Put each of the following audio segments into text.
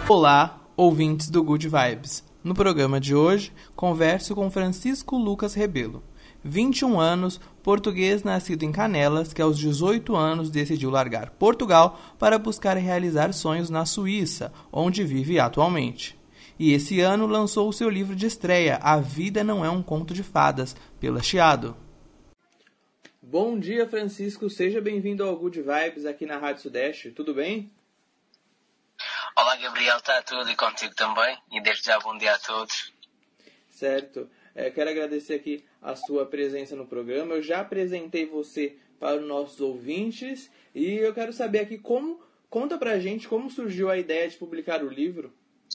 Olá, ouvintes do Good Vibes. No programa de hoje, converso com Francisco Lucas Rebelo. 21 anos, português nascido em Canelas, que aos 18 anos decidiu largar Portugal para buscar realizar sonhos na Suíça, onde vive atualmente. E esse ano lançou o seu livro de estreia, A Vida Não é um Conto de Fadas, pela Chiado. Bom dia, Francisco. Seja bem-vindo ao Good Vibes aqui na Rádio Sudeste. Tudo bem? Olá, Gabriel. Está tudo e contigo também? E desde já bom dia a todos. Certo. Quero agradecer aqui a sua presença no programa. Eu já apresentei você para os nossos ouvintes e eu quero saber aqui conta pra gente como surgiu a ideia de publicar o livro.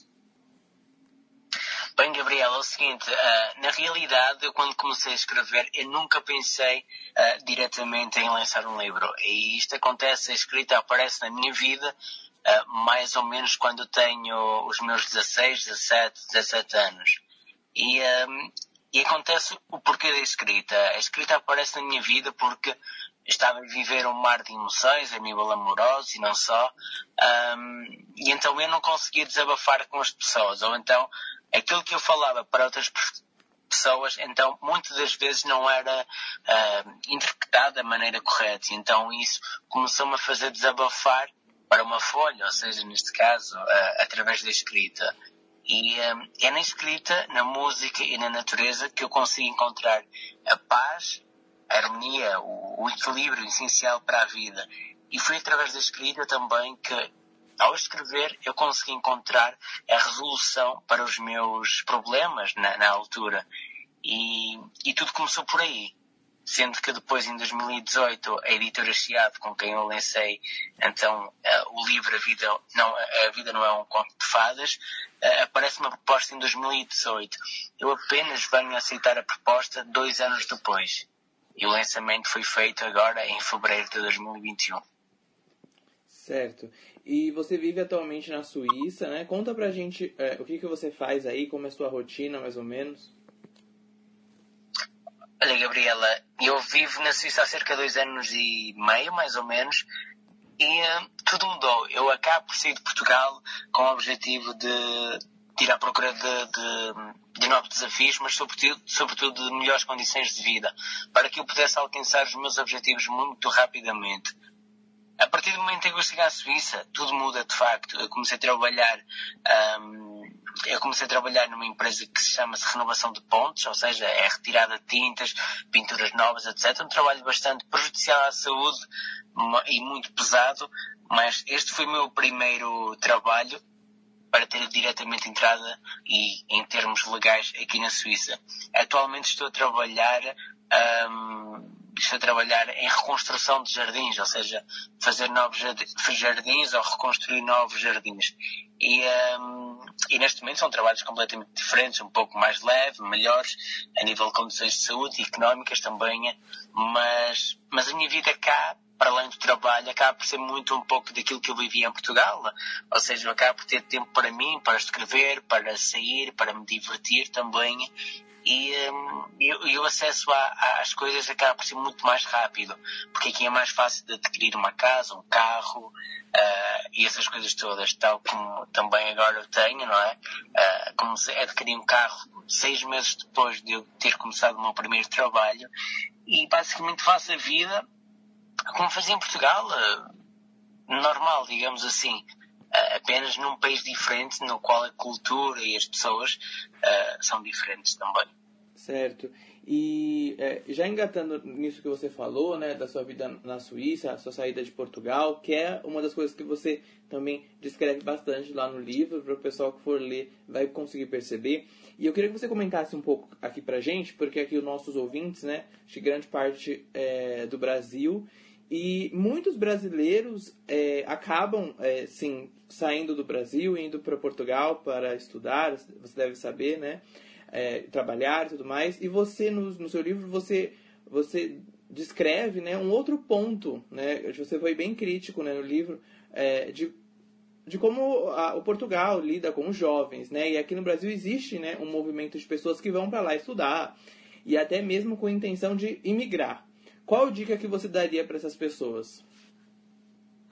Bem, Gabriel, é o seguinte, na realidade, eu quando comecei a escrever, eu nunca pensei diretamente em lançar um livro. E isto acontece, a escrita aparece na minha vida mais ou menos quando tenho os meus 16, 17 anos. E acontece o porquê da escrita. A escrita aparece na minha vida porque estava a viver um mar de emoções a nível amoroso e não só. E então eu não conseguia desabafar com as pessoas. Ou então aquilo que eu falava para outras pessoas, então muitas das vezes não era interpretado da maneira correta. Então isso começou-me a fazer desabafar para uma folha, ou seja, neste caso, através da escrita. E é na escrita, na música e na natureza que eu consigo encontrar a paz, a harmonia, o equilíbrio essencial para a vida. E foi através da escrita também que, ao escrever, eu consegui encontrar a resolução para os meus problemas na altura. E tudo começou por aí. Sendo que depois, em 2018, a editora Chiado, com quem eu lancei então o livro A Vida Não é um Conto de Fadas, aparece uma proposta em 2018. Eu apenas venho aceitar a proposta 2 anos depois. E o lançamento foi feito agora em fevereiro de 2021. Certo. E você vive atualmente na Suíça, né? Conta pra gente o que você faz aí, como é a sua rotina, mais ou menos. Olha, Gabriela, eu vivo na Suíça há cerca de 2 anos e meio, mais ou menos, e tudo mudou. Eu acabo por sair de Portugal com o objetivo de ir à procura de novos desafios, mas sobretudo de melhores condições de vida, para que eu pudesse alcançar os meus objetivos muito rapidamente. A partir do momento em que eu cheguei à Suíça, tudo muda de facto. Eu comecei a trabalhar numa empresa que se chama-se Renovação de Pontes, ou seja, é retirada de tintas, pinturas novas, etc. Um trabalho bastante prejudicial à saúde e muito pesado, mas este foi o meu primeiro trabalho para ter diretamente entrada e em termos legais aqui na Suíça. Atualmente estou a trabalhar em reconstrução de jardins, ou seja, fazer novos jardins ou reconstruir novos jardins. E neste momento são trabalhos completamente diferentes, um pouco mais leves, melhores, a nível de condições de saúde e económicas também, mas a minha vida cá, para além do trabalho, acaba por ser muito um pouco daquilo que eu vivia em Portugal, ou seja, eu acabo por ter tempo para mim, para escrever, para sair, para me divertir também. E o acesso às coisas acaba por ser muito mais rápido, porque aqui é mais fácil de adquirir uma casa, um carro e essas coisas todas, tal como também agora eu tenho, não é? Adquiri um carro 6 meses depois de eu ter começado o meu primeiro trabalho e basicamente faço a vida como fazia em Portugal, normal, digamos assim. Apenas num país diferente, no qual a cultura e as pessoas são diferentes também. Certo. E já engatando nisso que você falou, né, da sua vida na Suíça, a sua saída de Portugal, que é uma das coisas que você também descreve bastante lá no livro, para o pessoal que for ler vai conseguir perceber. E eu queria que você comentasse um pouco aqui pra gente, porque aqui os nossos ouvintes, né, de grande parte do Brasil, e muitos brasileiros acabam, sim, saindo do Brasil e indo para Portugal para estudar, você deve saber, né? Trabalhar e tudo mais. E você, no seu livro, você descreve, né, um outro ponto, né? Você foi bem crítico, né, no livro, de como o Portugal lida com os jovens, né? E aqui no Brasil existe, né, um movimento de pessoas que vão para lá estudar e até mesmo com a intenção de imigrar. Qual dica que você daria para essas pessoas?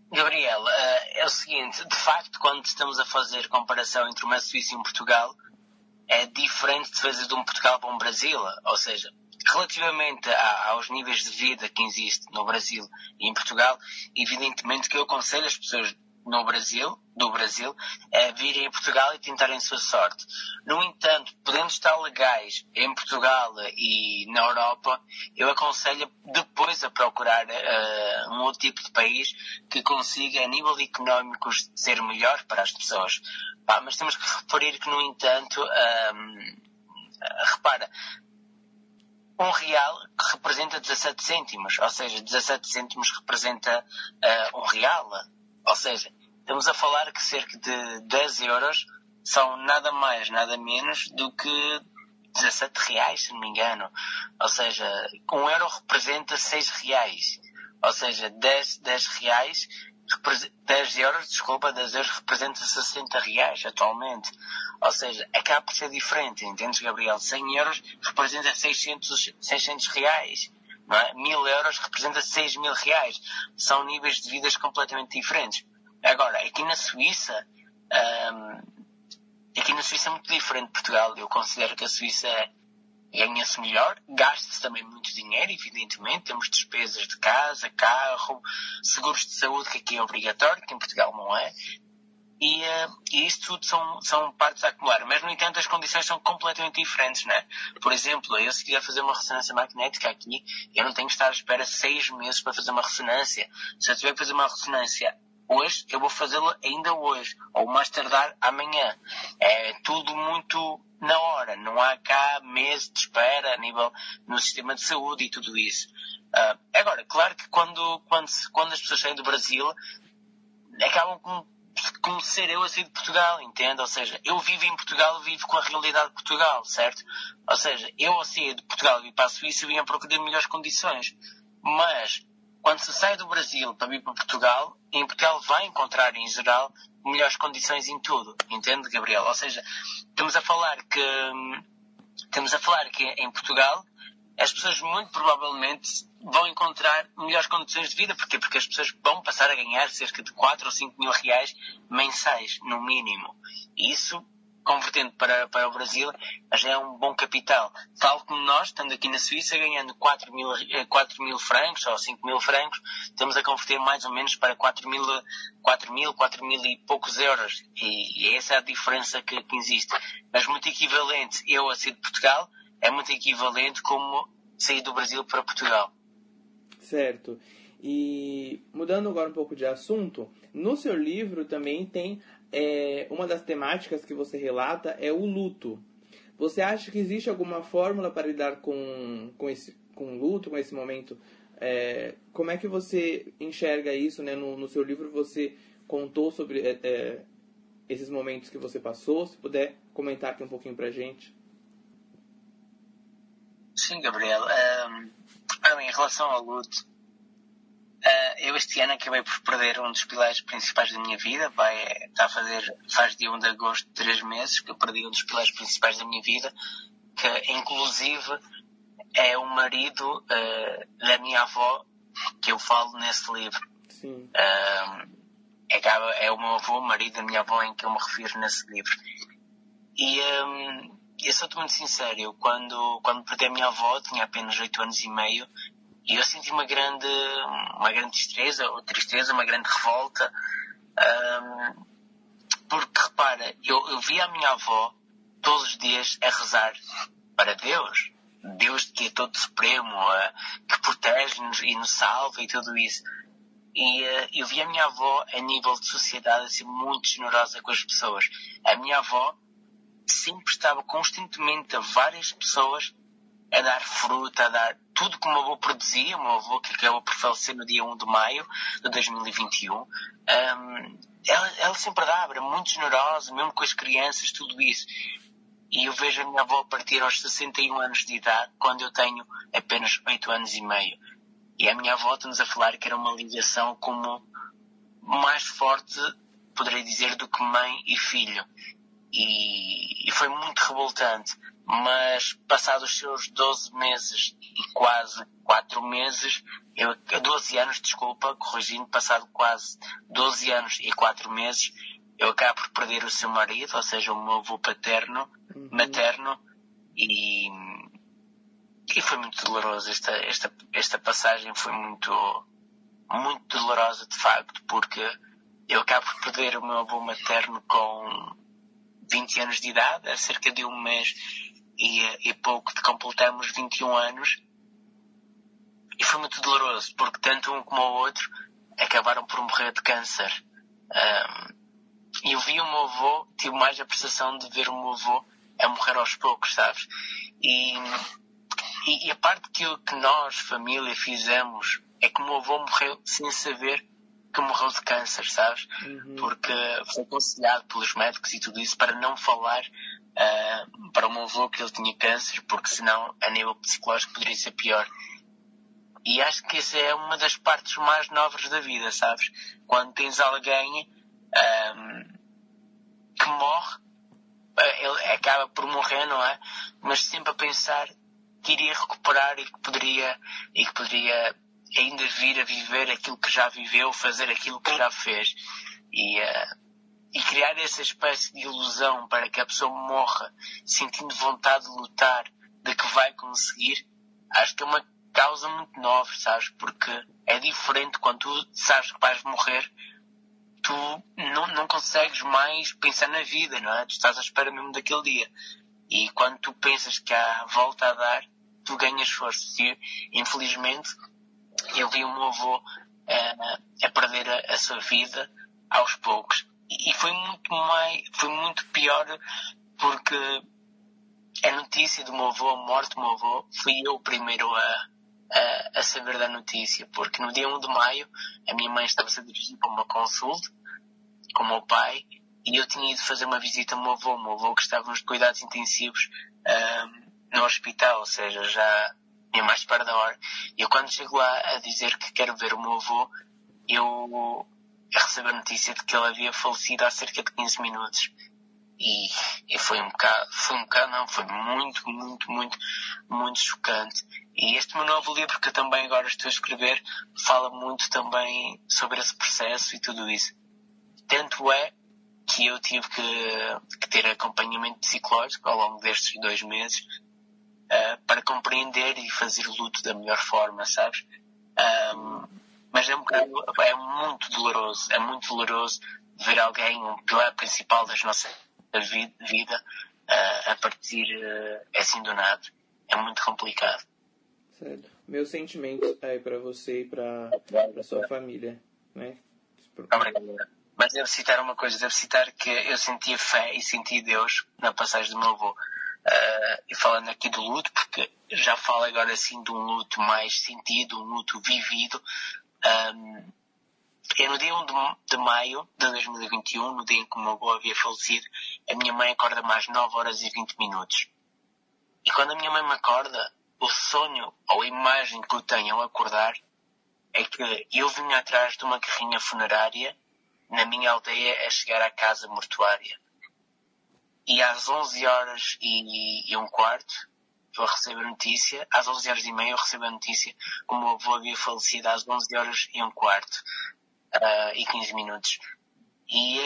Gabriel, é o seguinte, de facto, quando estamos a fazer comparação entre uma Suíça e um Portugal, é diferente de fazer de um Portugal para um Brasil, ou seja, relativamente aos níveis de vida que existe no Brasil e em Portugal, evidentemente que eu aconselho as pessoas do Brasil, a virem a Portugal e tentarem a sua sorte. No entanto, podendo estar legais em Portugal e na Europa, eu aconselho depois a procurar um outro tipo de país que consiga, a nível económico, ser melhor para as pessoas. Mas temos que referir que, no entanto, repara, um real que representa 17 cêntimos, ou seja, 17 cêntimos representa um real. Ou seja, estamos a falar que cerca de 10 euros são nada mais, nada menos do que 17 reais, se não me engano. Ou seja, 1 euro representa 6 reais. Ou seja, 10 reais, 10 euros representa 60 reais atualmente. Ou seja, acaba por ser diferente, entendes, Gabriel? 100 euros representa 600 reais. Não é? 1000 euros representa 6.000 reais. São níveis de vidas completamente diferentes. Agora, aqui na Suíça é muito diferente de Portugal. Eu considero que a Suíça ganha-se melhor, gasta-se também muito dinheiro, evidentemente. Temos despesas de casa, carro, seguros de saúde, que aqui é obrigatório, que em Portugal não é. E isto tudo são partes a acumular. Mas, no entanto, as condições são completamente diferentes, não é? Por exemplo, eu se quiser fazer uma ressonância magnética aqui, eu não tenho que estar à espera 6 meses para fazer uma ressonância. Se eu tiver que fazer uma ressonância hoje, eu vou fazê-la ainda hoje, ou mais tardar amanhã. É tudo muito na hora. Não há cá meses de espera a nível no sistema de saúde e tudo isso. Agora, claro que quando as pessoas saem do Brasil, acabam como ser eu a sair de Portugal, entende? Ou seja, eu vivo em Portugal, vivo com a realidade de Portugal, certo? Ou seja, eu a sair de Portugal e para a Suíça vim a procurar de melhores condições. Mas, quando se sai do Brasil para vir para Portugal, em Portugal vai encontrar, em geral, melhores condições em tudo, entende, Gabriel? Ou seja, estamos a falar que em Portugal as pessoas muito provavelmente vão encontrar melhores condições de vida. Porquê? Porque as pessoas vão passar a ganhar cerca de 4 ou 5 mil reais mensais, no mínimo. E isso, convertendo para o Brasil, já é um bom capital. Tal como nós, estando aqui na Suíça, ganhando 4 mil francos ou 5 mil francos, estamos a converter mais ou menos para 4 mil e poucos euros. E essa é a diferença que existe. Mas muito equivalente, eu a sair de Portugal, é muito equivalente como sair do Brasil para Portugal. Certo. E mudando agora um pouco de assunto, no seu livro também tem uma das temáticas que você relata é o luto. Você acha que existe alguma fórmula para lidar com o luto, com esse momento? Como é que você enxerga isso, né? No seu livro você contou sobre esses momentos que você passou. Se puder comentar aqui um pouquinho pra gente. Sim, Gabriel. Em relação ao luto, eu este ano acabei por perder um dos pilares principais da minha vida. Faz dia 1 de agosto, 3 meses, que eu perdi um dos pilares principais da minha vida, que inclusive é o marido da minha avó, que eu falo nesse livro. Sim. É o meu avô, o marido da minha avó, em que eu me refiro nesse livro. E eu sou-te muito sincero, eu quando perdi a minha avó, tinha apenas 8 anos e meio, e eu senti uma grande tristeza, uma grande revolta, porque, repara, eu via a minha avó todos os dias a rezar para Deus que é todo supremo, que protege-nos e nos salva e tudo isso. E eu via a minha avó, a nível de sociedade, a ser muito generosa com as pessoas. A minha avó sempre estava constantemente a várias pessoas a dar fruta, a dar tudo que o meu avô produzia. O meu avô, que acabou por falecer no dia 1 de maio de 2021, ela sempre dava, era muito generosa, mesmo com as crianças, tudo isso. E eu vejo a minha avó partir aos 61 anos de idade, quando eu tenho apenas 8 anos e meio. E a minha avó está-nos a falar que era uma ligação como mais forte, poderia dizer, do que mãe e filho. E foi muito revoltante. mas passados os seus 12 meses e quase 4 meses, 12 anos, desculpa, corrigindo, passado quase 12 anos e 4 meses, eu acabo por perder o seu marido, ou seja, o meu avô paterno, materno, e foi muito doloroso. Esta passagem foi muito, muito dolorosa, de facto, porque eu acabo por perder o meu avô materno com 20 anos de idade, há cerca de um mês e pouco de completamos 21 anos, e foi muito doloroso, porque tanto um como o outro acabaram por morrer de câncer. E eu vi o meu avô, tive mais a percepção de ver o meu avô a morrer aos poucos, sabes? E a parte que nós, família, fizemos é que o meu avô morreu sem saber que morreu de câncer, sabes? Porque foi aconselhado pelos médicos e tudo isso para não falar para o meu avô que ele tinha câncer, porque senão a nível psicológico poderia ser pior. E acho que essa é uma das partes mais nobres da vida, sabes? Quando tens alguém que morre, ele acaba por morrer, não é? Mas sempre a pensar que iria recuperar e que poderia ainda vir a viver aquilo que já viveu, fazer aquilo que já fez. E criar essa espécie de ilusão para que a pessoa morra sentindo vontade de lutar, de que vai conseguir, acho que é uma causa muito nobre, sabes? Porque é diferente quando tu sabes que vais morrer, tu não consegues mais pensar na vida, não é? Tu estás à espera mesmo daquele dia. E quando tu pensas que há volta a dar, tu ganhas força. E, infelizmente, eu vi o meu avô a perder a sua vida aos poucos. E foi muito pior, porque a notícia do meu avô, a morte do meu avô, fui eu o primeiro a saber da notícia, porque no dia 1 de maio a minha mãe estava-se a dirigir para uma consulta com o meu pai e eu tinha ido fazer uma visita ao meu avô que estava nos cuidados intensivos no hospital, ou seja, já tinha mais de par da hora. E eu, quando chego lá a dizer que quero ver o meu avô, eu recebo a notícia de que ele havia falecido há cerca de 15 minutos. E foi muito, muito, muito, muito chocante. E este meu novo livro, que eu também agora estou a escrever, fala muito também sobre esse processo e tudo isso. Tanto é que eu tive que ter acompanhamento psicológico ao longo destes 2 meses para compreender e fazer o luto da melhor forma, sabes? Mas é muito doloroso ver alguém, um pilar principal das nossas vida a partir assim do nada. É muito complicado. Certo. Meus sentimentos aí para você e para sua família, né? Obrigado. Mas devo citar uma coisa, que eu sentia fé e senti Deus na passagem do meu avô. E falando aqui do luto, porque já falo agora assim de um luto mais sentido, um luto vivido. No dia 1 de maio de 2021, no dia em que o meu avô havia falecido, a minha mãe acorda-me às 9 horas e 20 minutos. E quando a minha mãe me acorda, o sonho ou a imagem que eu tenho ao acordar é que eu vinha atrás de uma carrinha funerária na minha aldeia a chegar à casa mortuária. E às 11 horas e um quarto, eu recebo a notícia, às 11 horas e meia eu recebo a notícia que o meu avô havia falecido às 11 horas e um quarto e 15 minutos. E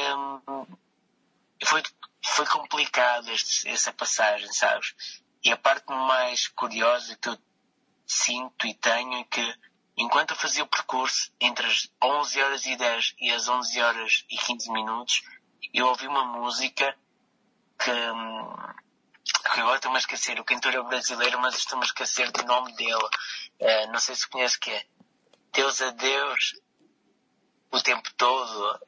foi complicado essa passagem, sabes? E a parte mais curiosa que eu sinto e tenho é que, enquanto eu fazia o percurso entre as 11 horas e 10 e as 11 horas e 15 minutos, eu ouvi uma música que agora estou-me a esquecer, o cantor é brasileiro, mas estou-me a esquecer do nome dele. Não sei se conhece, que é Deus a Deus o tempo todo.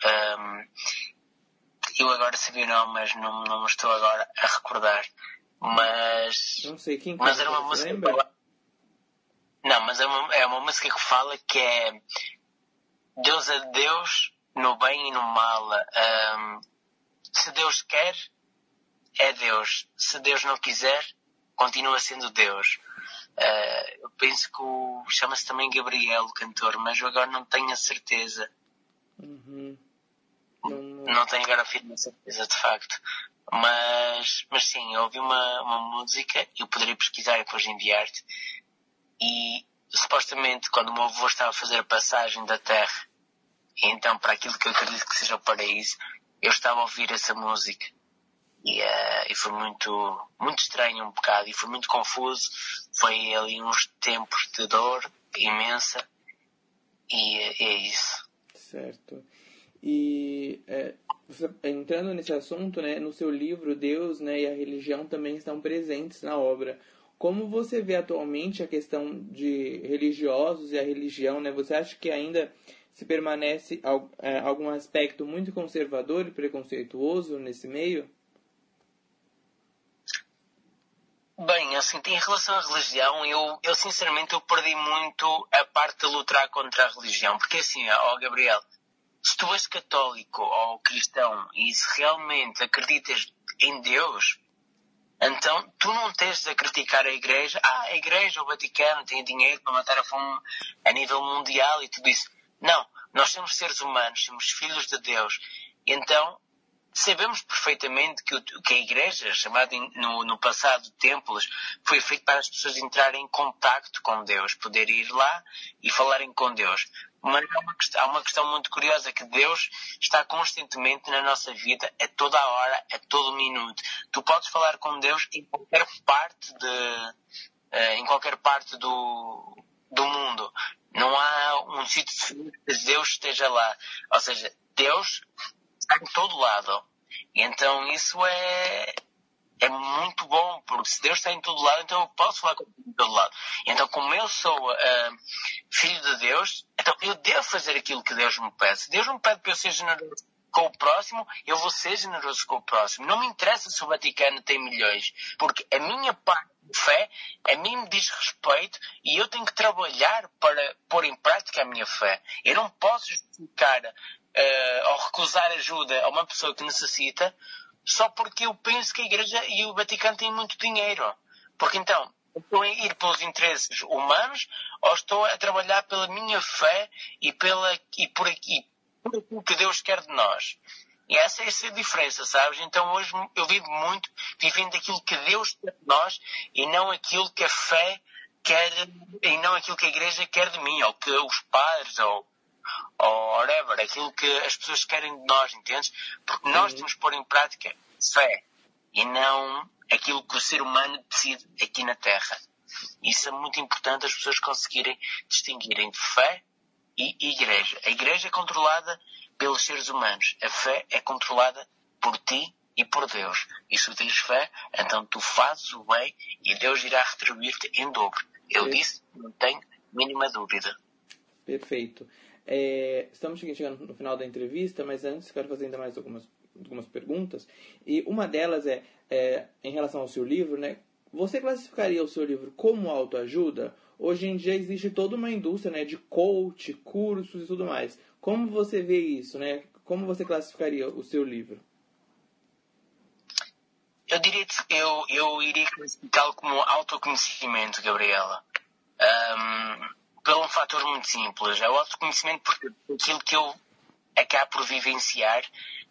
Eu agora sabia o nome, mas não me estou agora a recordar. Mas não sei quem mas era uma música. Não, mas é uma música que fala que é Deus a Deus no bem e no mal. Se Deus quer, é Deus. Se Deus não quiser, continua sendo Deus. Eu penso que chama-se também Gabriel, o cantor, mas eu agora não tenho a certeza. Uhum. não tenho agora a firme certeza, de facto. Mas sim, eu ouvi uma música, eu poderia pesquisar e depois enviar-te. E supostamente, quando o meu avô estava a fazer a passagem da Terra, e então para aquilo que eu acredito que seja o paraíso, eu estava a ouvir essa música. E foi muito, muito estranho um bocado, e foi muito confuso. Foi ali uns tempos de dor imensa, e é isso. Certo. E você, entrando nesse assunto, né, no seu livro, Deus, né, e a religião também estão presentes na obra. Como você vê atualmente a questão de religiosos e a religião, né? Você acha que ainda se permanece algum aspecto muito conservador e preconceituoso nesse meio? Bem, assim, em relação à religião, eu sinceramente eu perdi muito a parte de lutar contra a religião. Porque assim, Gabriel, se tu és católico ou cristão e se realmente acreditas em Deus, então tu não tens de criticar a Igreja. A Igreja, o Vaticano, tem dinheiro para matar a fome a nível mundial e tudo isso. Não, nós somos seres humanos, somos filhos de Deus. Então, sabemos perfeitamente que a Igreja, chamada no passado templos, foi feita para as pessoas entrarem em contacto com Deus, poder ir lá e falarem com Deus. Mas há uma questão muito curiosa, que Deus está constantemente na nossa vida, a toda a hora, a todo minuto. Tu podes falar com Deus em qualquer parte do mundo. Não há um sítio definido que Deus esteja lá. Ou seja, Deus está em todo lado. E então isso é muito bom, porque se Deus está em todo lado, então eu posso falar com Deus em todo lado. Então, como eu sou filho de Deus, então eu devo fazer aquilo que Deus me pede. Se Deus me pede para eu ser generoso com o próximo, eu vou ser generoso com o próximo. Não me interessa se o Vaticano tem milhões, porque a minha parte de fé, a mim me diz respeito e eu tenho que trabalhar para pôr em prática a minha fé. Eu não posso justificar ou recusar ajuda a uma pessoa que necessita só porque eu penso que a Igreja e o Vaticano têm muito dinheiro. Porque então, estou a ir pelos interesses humanos ou estou a trabalhar pela minha fé e por aquilo que Deus quer de nós? E essa é a diferença, sabes? Então hoje eu vivo muito vivendo aquilo que Deus quer de nós e não aquilo que a fé quer, e não aquilo que a Igreja quer de mim, ou que os padres, ou whatever, aquilo que as pessoas querem de nós, entendes? Porque nós temos que pôr em prática fé e não aquilo que o ser humano decide aqui na Terra. Isso é muito importante, as pessoas conseguirem distinguir entre fé e Igreja. A Igreja é controlada pelos seres humanos. A fé é controlada por ti e por Deus. E se tu tens fé, então tu fazes o bem e Deus irá retribuir-te em dobro. Eu disse, não tenho mínima dúvida. Perfeito. Estamos chegando no final da entrevista, mas antes quero fazer ainda mais algumas perguntas. E uma delas em relação ao seu livro, né? Você classificaria o seu livro como autoajuda? Hoje em dia existe toda uma indústria, né, de coach, cursos e tudo mais. Como você vê isso, né? Como você classificaria o seu livro? Eu diria que eu iria classificá-lo como autoconhecimento, Gabriela. Por um fator muito simples. É o autoconhecimento porque aquilo que eu acabo por vivenciar,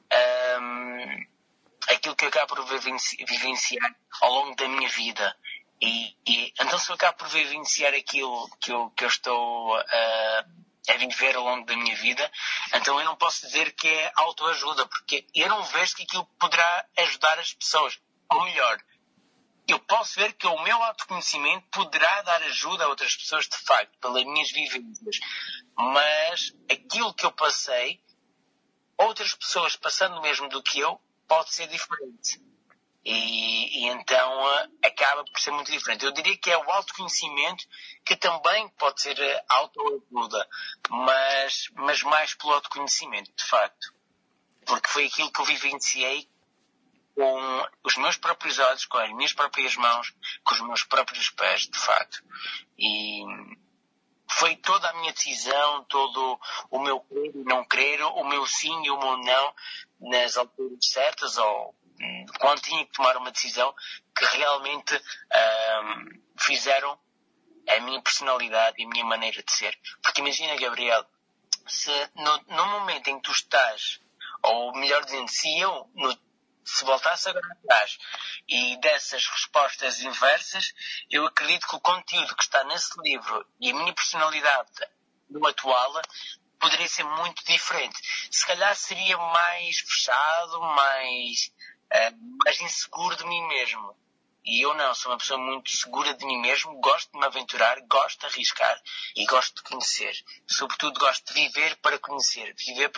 aquilo que eu acabo por vivenciar ao longo da minha vida. E então se eu acabo por vivenciar aquilo que eu estou a viver ao longo da minha vida, então eu não posso dizer que é autoajuda, porque eu não vejo que aquilo poderá ajudar as pessoas. Ou melhor, eu posso ver que o meu autoconhecimento poderá dar ajuda a outras pessoas, de facto, pelas minhas vivências. Mas aquilo que eu passei, outras pessoas passando o mesmo do que eu, pode ser diferente. E então acaba por ser muito diferente. Eu diria que é o autoconhecimento que também pode ser autoajuda, mas mais pelo autoconhecimento, de facto. Porque foi aquilo que eu vivenciei com os meus próprios olhos, com as minhas próprias mãos, com os meus próprios pés, de facto. E foi toda a minha decisão, todo o meu querer e não querer, o meu sim e o meu não, nas alturas certas, ou quando tinha que tomar uma decisão, que realmente fizeram a minha personalidade e a minha maneira de ser. Porque imagina, Gabriel, se no momento em que tu estás Ou melhor dizendo, se voltasse agora atrás e dessas respostas inversas, eu acredito que o conteúdo que está nesse livro e a minha personalidade no atual poderia ser muito diferente. Se calhar seria mais fechado, mais inseguro de mim mesmo. E eu não, sou uma pessoa muito segura de mim mesmo, gosto de me aventurar, gosto de arriscar e gosto de conhecer. Sobretudo gosto de viver para conhecer.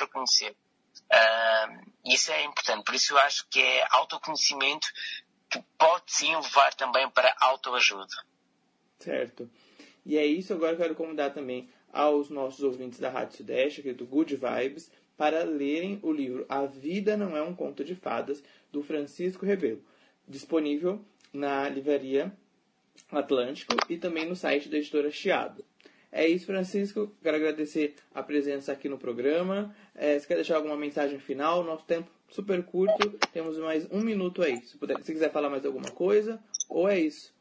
Isso é importante, por isso eu acho que é autoconhecimento que pode sim levar também para autoajuda. Certo. E é isso, agora eu quero convidar também aos nossos ouvintes da Rádio Sudeste, aqui do Good Vibes, para lerem o livro A Vida Não É um Conto de Fadas, do Francisco Rebelo, disponível na livraria Atlântico e também no site da editora Chiado. É isso, Francisco. Quero agradecer a presença aqui no programa. Se quer deixar alguma mensagem final, nosso tempo super curto, temos mais 1 minuto aí. Se quiser falar mais alguma coisa, ou é isso.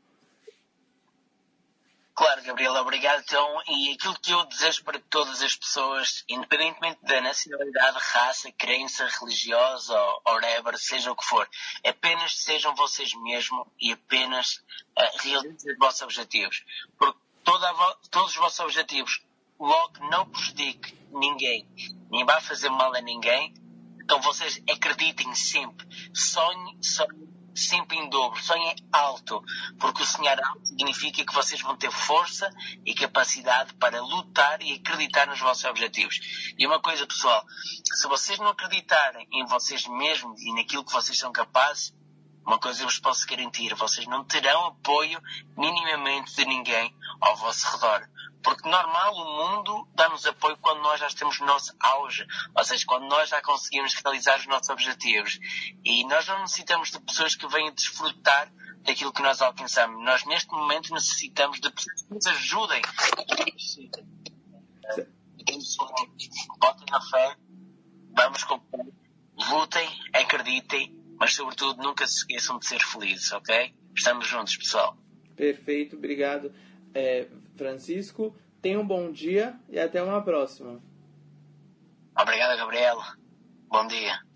Claro, Gabriela, obrigado. Então, e aquilo que eu desejo para todas as pessoas, independentemente da nacionalidade, raça, crença religiosa ou whatever, seja o que for, apenas sejam vocês mesmos e apenas realizem os vossos objetivos. Porque todos os vossos objetivos logo não prejudiquem ninguém, nem vai fazer mal a ninguém. Então vocês acreditem sempre, sonhem sempre em dobro, sonhem alto, porque o sonhar alto significa que vocês vão ter força e capacidade para lutar e acreditar nos vossos objetivos. E uma coisa, pessoal, se vocês não acreditarem em vocês mesmos e naquilo que vocês são capazes, uma coisa eu vos posso garantir, vocês não terão apoio minimamente de ninguém ao vosso redor. Porque normal, o mundo dá-nos apoio quando nós já temos o nosso auge, ou seja, quando nós já conseguimos realizar os nossos objetivos. E nós não necessitamos de pessoas que venham desfrutar daquilo que nós alcançamos. Nós, neste momento, necessitamos de pessoas que nos ajudem. Botem na fé, vamos com fé, lutem, acreditem, mas, sobretudo, nunca se esqueçam de ser felizes, ok? Estamos juntos, pessoal. Perfeito, obrigado, Francisco. Tenha um bom dia e até uma próxima. Obrigado, Gabriela. Bom dia.